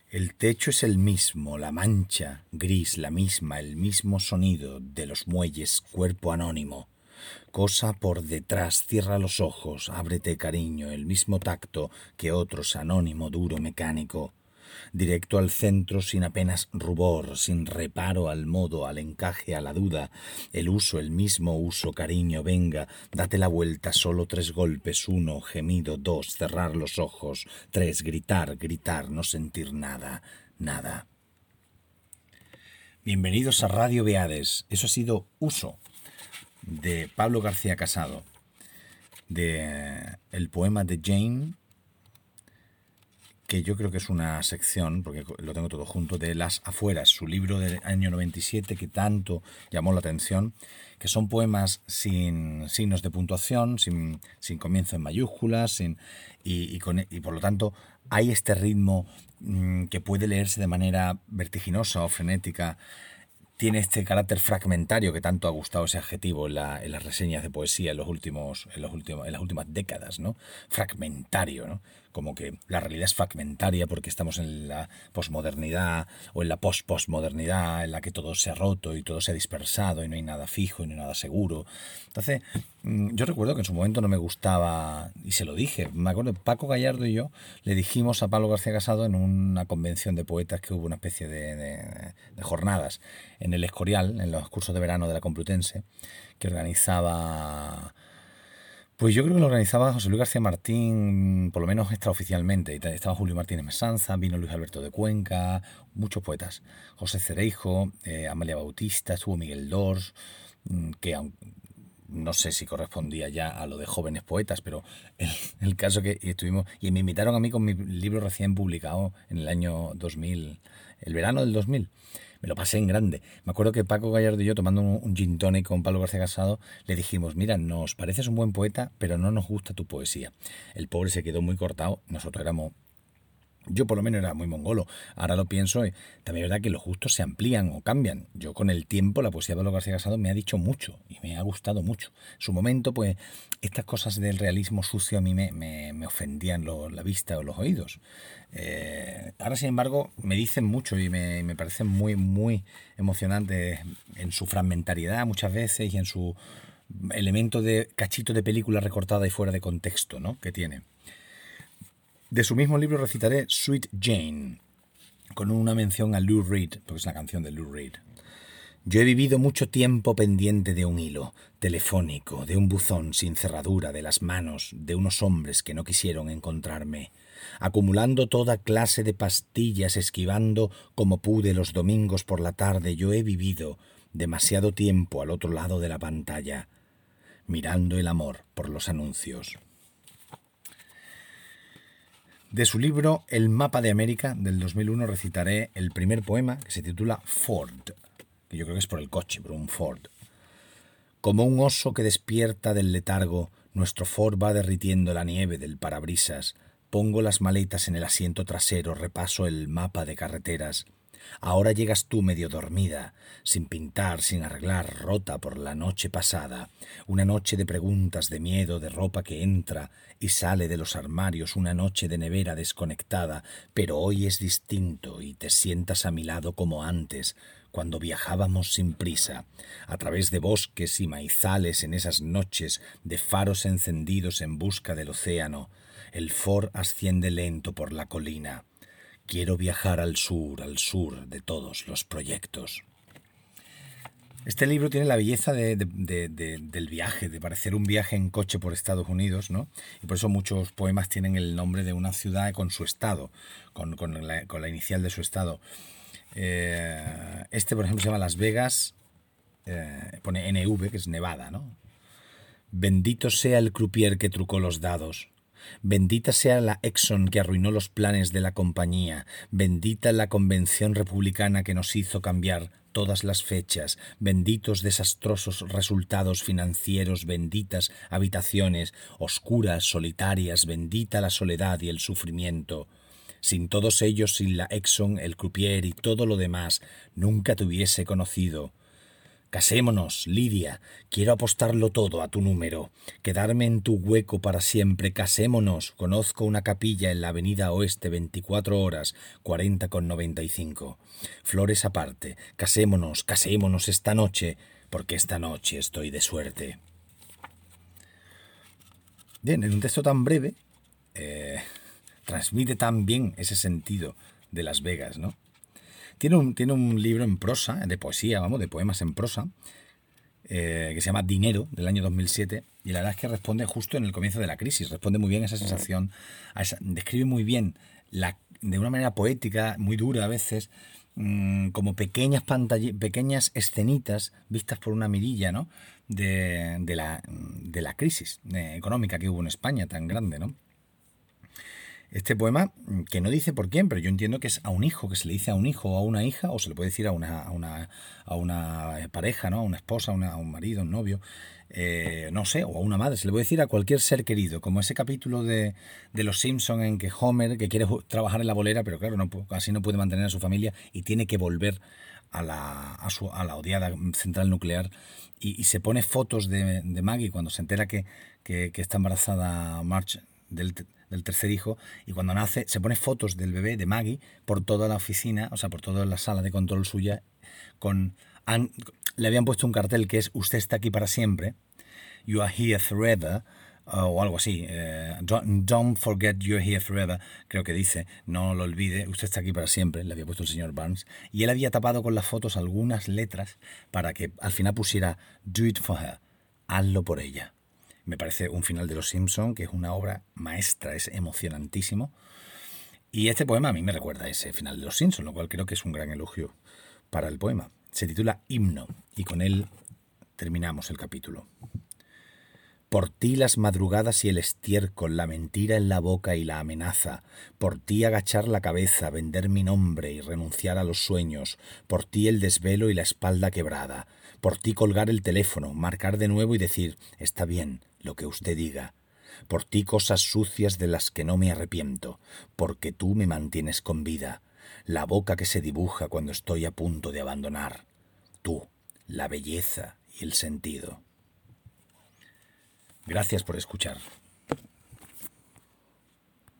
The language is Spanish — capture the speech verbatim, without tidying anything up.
El techo es el mismo, la mancha gris la misma, el mismo sonido de los muelles, cuerpo anónimo. Cosa por detrás, cierra los ojos, ábrete cariño, el mismo tacto que otros, anónimo, duro, mecánico. Directo al centro sin apenas rubor, sin reparo al modo, al encaje, a la duda. El uso, el mismo uso, cariño, venga, date la vuelta, solo tres golpes, uno, gemido, dos, cerrar los ojos, tres, gritar, gritar, no sentir nada, nada. Bienvenidos a Radio Beades. Eso ha sido Uso, de Pablo García Casado, de el poema de Jane, que yo creo que es una sección, porque lo tengo todo junto, de Las Afueras, su libro del año noventa y siete que tanto llamó la atención, que son poemas sin signos de puntuación, sin, sin comienzo en mayúsculas, sin, y, y, con, y por lo tanto hay este ritmo mmm, que puede leerse de manera vertiginosa o frenética. Tiene este carácter fragmentario que tanto ha gustado ese adjetivo en, la, en las reseñas de poesía en los últimos, en los últimos, en las últimas décadas, ¿no? Fragmentario, ¿no? Como que la realidad es fragmentaria porque estamos en la posmodernidad o en la post-postmodernidad en la que todo se ha roto y todo se ha dispersado y no hay nada fijo y no hay nada seguro. Entonces, yo recuerdo que en su momento no me gustaba, y se lo dije, me acuerdo, Paco Gallardo y yo le dijimos a Pablo García Casado en una convención de poetas que hubo una especie de, de, de jornadas en el Escorial, en los cursos de verano de la Complutense, que organizaba... Pues yo creo que lo organizaba José Luis García Martín, por lo menos extraoficialmente. Estaba Julio Martínez Mesanza, vino Luis Alberto de Cuenca, muchos poetas. José Cereijo, eh, Amalia Bautista, estuvo Miguel Dors, que no sé si correspondía ya a lo de jóvenes poetas, pero el, el caso que estuvimos... Y me invitaron a mí con mi libro recién publicado en el año dos mil, el verano del dos mil. Me lo pasé en grande. Me acuerdo que Paco Gallardo y yo, tomando un, un gin tonic con Pablo García Casado, le dijimos, mira, nos pareces un buen poeta, pero no nos gusta tu poesía. El pobre se quedó muy cortado. Nosotros éramos... Yo por lo menos era muy mongolo. Ahora lo pienso y también es verdad que los gustos se amplían o cambian. Yo con el tiempo la poesía de Pablo García Casado me ha dicho mucho y me ha gustado mucho. En su momento, pues, estas cosas del realismo sucio a mí me, me, me ofendían lo, la vista o los oídos. Eh, ahora, sin embargo, me dicen mucho y me, me parecen muy, muy emocionantes en su fragmentariedad muchas veces y en su elemento de cachito de película recortada y fuera de contexto, ¿no?, que tiene. De su mismo libro recitaré Sweet Jane, con una mención a Lou Reed, porque es la canción de Lou Reed. Yo he vivido mucho tiempo pendiente de un hilo telefónico, de un buzón sin cerradura, de las manos de unos hombres que no quisieron encontrarme, acumulando toda clase de pastillas, esquivando como pude los domingos por la tarde. Yo he vivido demasiado tiempo al otro lado de la pantalla, mirando el amor por los anuncios. De su libro El mapa de América del dos mil uno recitaré el primer poema, que se titula Ford, que yo creo que es por el coche, por un Ford. Como un oso que despierta del letargo, nuestro Ford va derritiendo la nieve del parabrisas. Pongo las maletas en el asiento trasero, repaso el mapa de carreteras. Ahora llegas tú medio dormida, sin pintar, sin arreglar, rota por la noche pasada. Una noche de preguntas, de miedo, de ropa que entra y sale de los armarios, una noche de nevera desconectada. Pero hoy es distinto y te sientas a mi lado como antes, cuando viajábamos sin prisa, a través de bosques y maizales en esas noches de faros encendidos en busca del océano. El Ford asciende lento por la colina. Quiero viajar al sur, al sur de todos los proyectos. Este libro tiene la belleza de, de, de, de, del viaje, de parecer un viaje en coche por Estados Unidos, ¿no? Y por eso muchos poemas tienen el nombre de una ciudad con su estado, con, con, la, con la inicial de su estado. Eh, este, por ejemplo, se llama Las Vegas, eh, pone N V, que es Nevada, ¿no? Bendito sea el croupier que trucó los dados. Bendita sea la Exxon que arruinó los planes de la compañía. Bendita la convención republicana que nos hizo cambiar todas las fechas. Benditos desastrosos resultados financieros. Benditas habitaciones oscuras, solitarias. Bendita la soledad y el sufrimiento. Sin todos ellos, sin la Exxon, el croupier y todo lo demás, nunca te hubiese conocido. Casémonos, Lidia, quiero apostarlo todo a tu número, quedarme en tu hueco para siempre, casémonos, conozco una capilla en la avenida Oeste veinticuatro horas, cuarenta con noventa y cinco. Flores aparte, casémonos, casémonos esta noche, porque esta noche estoy de suerte. Bien, en un texto tan breve, eh, transmite tan bien ese sentido de Las Vegas, ¿no? Tiene un, tiene un libro en prosa, de poesía, vamos, de poemas en prosa, eh, que se llama Dinero, del año dos mil siete, y la verdad es que responde justo en el comienzo de la crisis, responde muy bien a esa sensación, a esa, describe muy bien, la, de una manera poética, muy dura a veces, mmm, como pequeñas pantallas, pequeñas escenitas vistas por una mirilla, ¿no? De, de, la, de la crisis eh, económica que hubo en España tan grande, ¿no? Este poema, que no dice por quién, pero yo entiendo que es a un hijo, que se le dice a un hijo o a una hija, o se le puede decir a una, a una, a una pareja, ¿no? A una esposa, a, una, a un marido, un novio, eh, no sé, o a una madre, se le puede decir a cualquier ser querido, como ese capítulo de, de Los Simpson en que Homer, que quiere trabajar en la bolera, pero claro, no, así no puede mantener a su familia y tiene que volver a la, a su, a la odiada central nuclear y, y se pone fotos de, de Maggie cuando se entera que, que, que está embarazada Marge del del tercer hijo, y cuando nace se pone fotos del bebé de Maggie por toda la oficina, o sea, por toda la sala de control suya, con han, le habían puesto un cartel que es "Usted está aquí para siempre", "You are here forever", uh, o algo así, eh, don't, don't forget you're here forever, creo que dice, no lo olvide, usted está aquí para siempre, le había puesto el señor Barnes, y él había tapado con las fotos algunas letras para que al final pusiera "Do it for her", hazlo por ella. Me parece un final de Los Simpson, que es una obra maestra, es emocionantísimo. Y este poema a mí me recuerda a ese final de Los Simpson, lo cual creo que es un gran elogio para el poema. Se titula Himno, y con él terminamos el capítulo. Por ti las madrugadas y el estiércol, la mentira en la boca y la amenaza. Por ti agachar la cabeza, vender mi nombre y renunciar a los sueños. Por ti el desvelo y la espalda quebrada. Por ti colgar el teléfono, marcar de nuevo y decir, está bien, lo que usted diga. Por ti cosas sucias de las que no me arrepiento, porque tú me mantienes con vida. La boca que se dibuja cuando estoy a punto de abandonar. Tú, la belleza y el sentido. Gracias por escuchar.